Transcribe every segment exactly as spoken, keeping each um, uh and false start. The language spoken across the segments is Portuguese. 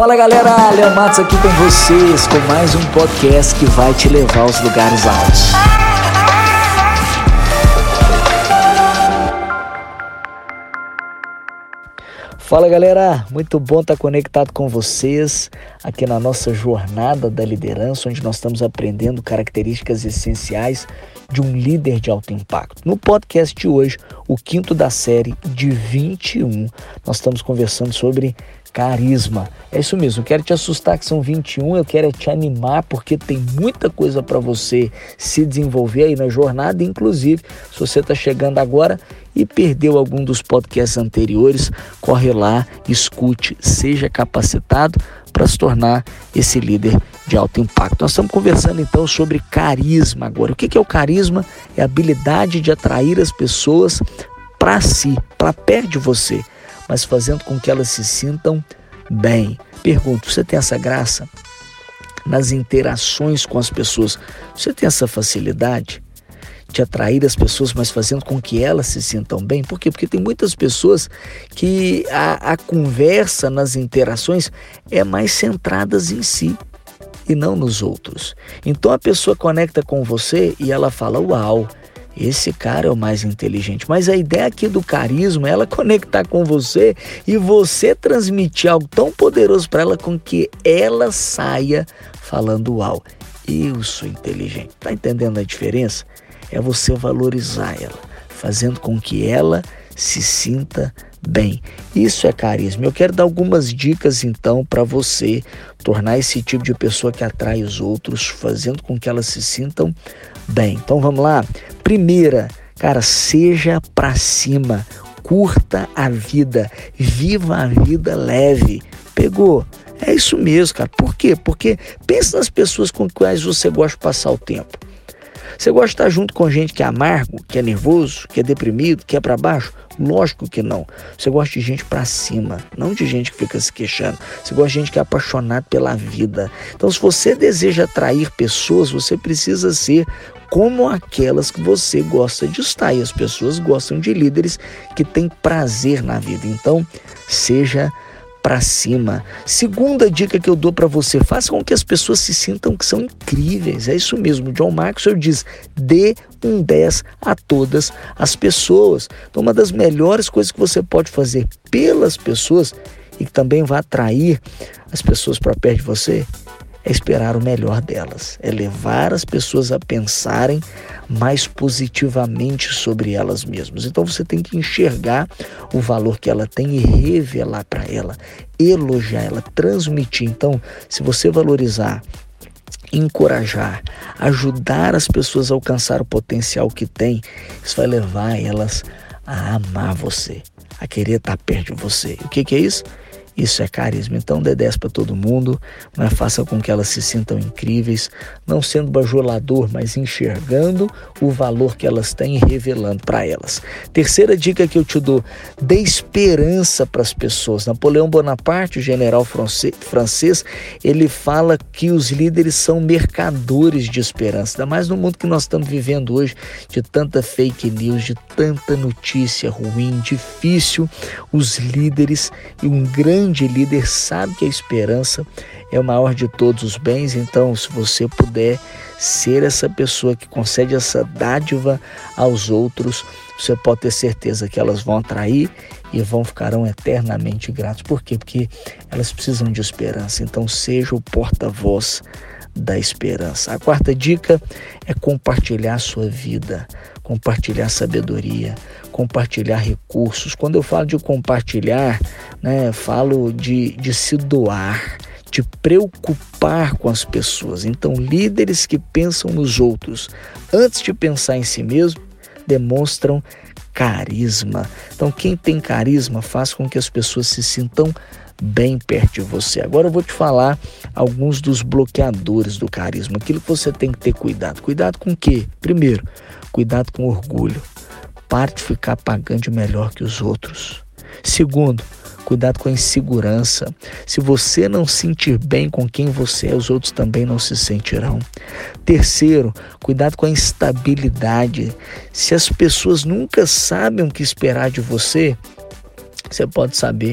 Fala galera, Leon Matos aqui com vocês, com mais um podcast que vai te levar aos lugares altos. Fala galera, muito bom estar conectado com vocês aqui na nossa jornada da liderança, onde nós estamos aprendendo características essenciais de um líder de alto impacto. No podcast de hoje, o quinto da série de vinte e um, nós estamos conversando sobre carisma. É isso mesmo, eu quero te assustar que são vinte e um, eu quero te animar porque tem muita coisa para você se desenvolver aí na jornada, inclusive se você está chegando agora e perdeu algum dos podcasts anteriores, corre lá, escute, seja capacitado para se tornar esse líder de alto impacto. Nós estamos conversando então sobre carisma agora. O que é o carisma? É a habilidade de atrair as pessoas para si, para perto de você, mas fazendo com que elas se sintam bem. Pergunto, você tem essa graça nas interações com as pessoas? Você tem essa facilidade de atrair as pessoas, mas fazendo com que elas se sintam bem? Por quê? Porque tem muitas pessoas que a, a conversa nas interações é mais centradas em si e não nos outros. Então a pessoa conecta com você e ela fala, uau, esse cara é o mais inteligente. Mas a ideia aqui do carisma é ela conectar com você e você transmitir algo tão poderoso para ela com que ela saia falando, uau, eu sou inteligente. Tá entendendo a diferença? É você valorizar ela, fazendo com que ela se sinta bem. Isso é carisma. Eu quero dar algumas dicas então para você tornar esse tipo de pessoa que atrai os outros, fazendo com que elas se sintam bem. Então vamos lá. Primeira, cara, seja pra cima, curta a vida, viva a vida leve. Pegou? É isso mesmo, cara. Por quê? Porque pensa nas pessoas com quais você gosta de passar o tempo. Você gosta de estar junto com gente que é amargo, que é nervoso, que é deprimido, que é para baixo? Lógico que não. Você gosta de gente para cima, não de gente que fica se queixando. Você gosta de gente que é apaixonada pela vida. Então, se você deseja atrair pessoas, você precisa ser como aquelas que você gosta de estar. E as pessoas gostam de líderes que têm prazer na vida. Então, seja para cima. Segunda dica que eu dou para você, faça com que as pessoas se sintam que são incríveis. É isso mesmo, John Maxwell diz, dê um dez a todas as pessoas. Então uma das melhores coisas que você pode fazer pelas pessoas e que também vai atrair as pessoas para perto de você é esperar o melhor delas, é levar as pessoas a pensarem mais positivamente sobre elas mesmas. Então você tem que enxergar o valor que ela tem e revelar para ela, elogiar ela, transmitir. Então, se você valorizar, encorajar, ajudar as pessoas a alcançar o potencial que tem, isso vai levar elas a amar você, a querer estar perto de você. O que que é isso? Isso é carisma. Então dê dez para todo mundo, né? Faça com que elas se sintam incríveis, não sendo bajulador, mas enxergando o valor que elas têm e revelando para elas. Terceira dica que eu te dou, dê esperança para as pessoas. Napoleão Bonaparte, o general francês, ele fala que os líderes são mercadores de esperança, ainda mais no mundo que nós estamos vivendo hoje, de tanta fake news, de tanta notícia ruim, difícil. Os líderes e um grande grande líder sabe que a esperança é o maior de todos os bens. Então, se você puder ser essa pessoa que concede essa dádiva aos outros, você pode ter certeza que elas vão atrair e vão ficarão eternamente gratos. Por quê? Porque elas precisam de esperança. Então, seja o porta-voz da esperança. A quarta dica é compartilhar a sua vida, compartilhar sabedoria, compartilhar recursos. Quando eu falo de compartilhar, né, falo de, de se doar, de preocupar com as pessoas. Então, líderes que pensam nos outros antes de pensar em si mesmo, demonstram carisma. Então, quem tem carisma faz com que as pessoas se sintam bem perto de você. Agora eu vou te falar alguns dos bloqueadores do carisma, aquilo que você tem que ter cuidado. Cuidado com o quê? Primeiro, cuidado com orgulho. Pare de ficar pagando de melhor que os outros. Segundo, cuidado com a insegurança. Se você não se sentir bem com quem você é, os outros também não se sentirão. Terceiro, cuidado com a instabilidade. Se as pessoas nunca sabem o que esperar de você, você pode saber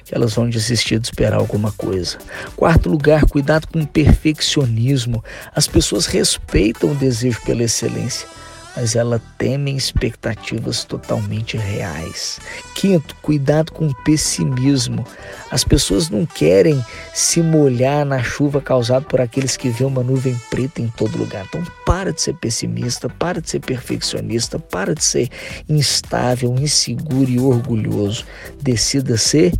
que elas vão desistir de esperar alguma coisa. Quarto lugar, cuidado com o perfeccionismo. As pessoas respeitam o desejo pela excelência, mas elas temem expectativas totalmente reais. Quinto, cuidado com o pessimismo. As pessoas não querem se molhar na chuva causada por aqueles que vêem uma nuvem preta em todo lugar. Então para de ser pessimista, para de ser perfeccionista, para de ser instável, inseguro e orgulhoso. Decida ser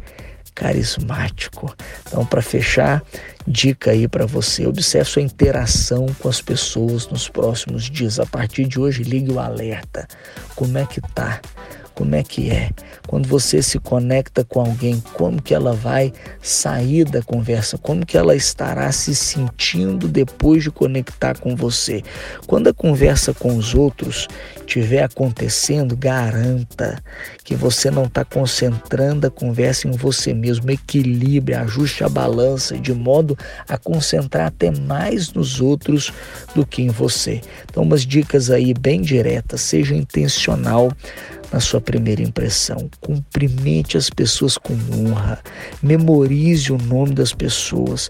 carismático. Então, para fechar, dica aí para você: observe sua interação com as pessoas nos próximos dias. A partir de hoje, ligue o alerta. Como é que tá? Como é que é? Quando você se conecta com alguém, como que ela vai sair da conversa? Como que ela estará se sentindo depois de conectar com você? Quando a conversa com os outros estiver acontecendo, garanta que você não está concentrando a conversa em você mesmo. Equilibre, ajuste a balança de modo a concentrar até mais nos outros do que em você. Então, umas dicas aí bem diretas: seja intencional na sua primeira impressão, cumprimente as pessoas com honra, memorize o nome das pessoas,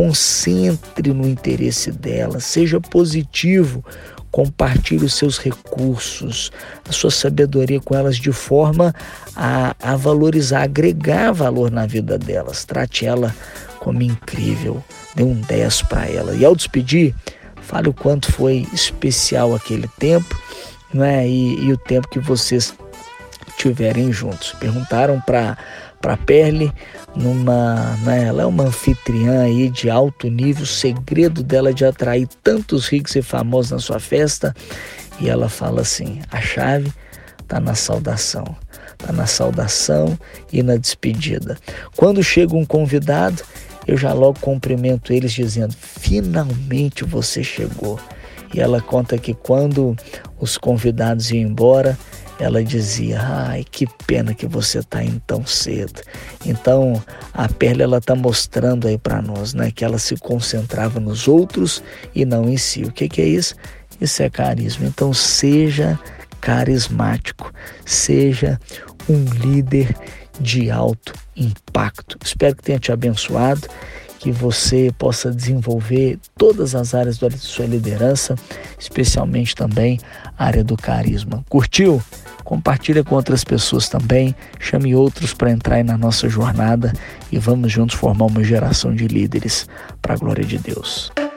concentre no interesse delas, seja positivo, compartilhe os seus recursos, a sua sabedoria com elas de forma a, a valorizar, agregar valor na vida delas. Trate ela como incrível, dê um dez para ela. E ao despedir, fale o quanto foi especial aquele tempo, não é? e, e o tempo que vocês estiverem juntos. Perguntaram para para Perle, numa, né, ela é uma anfitriã aí de alto nível, o segredo dela de atrair tantos ricos e famosos na sua festa, e ela fala assim: a chave está na saudação, está na saudação e na despedida. Quando chega um convidado, eu já logo cumprimento eles dizendo: finalmente você chegou. E ela conta que quando os convidados iam embora, ela dizia: ai, que pena que você está indo tão cedo. Então, a Perle, ela está mostrando aí para nós, né, que ela se concentrava nos outros e não em si. O que, que é isso? Isso é carisma. Então, seja carismático, seja um líder de alto impacto. Espero que tenha te abençoado, que você possa desenvolver todas as áreas da sua liderança, especialmente também a área do carisma. Curtiu? Compartilha com outras pessoas também, chame outros para entrar aí na nossa jornada e vamos juntos formar uma geração de líderes para a glória de Deus.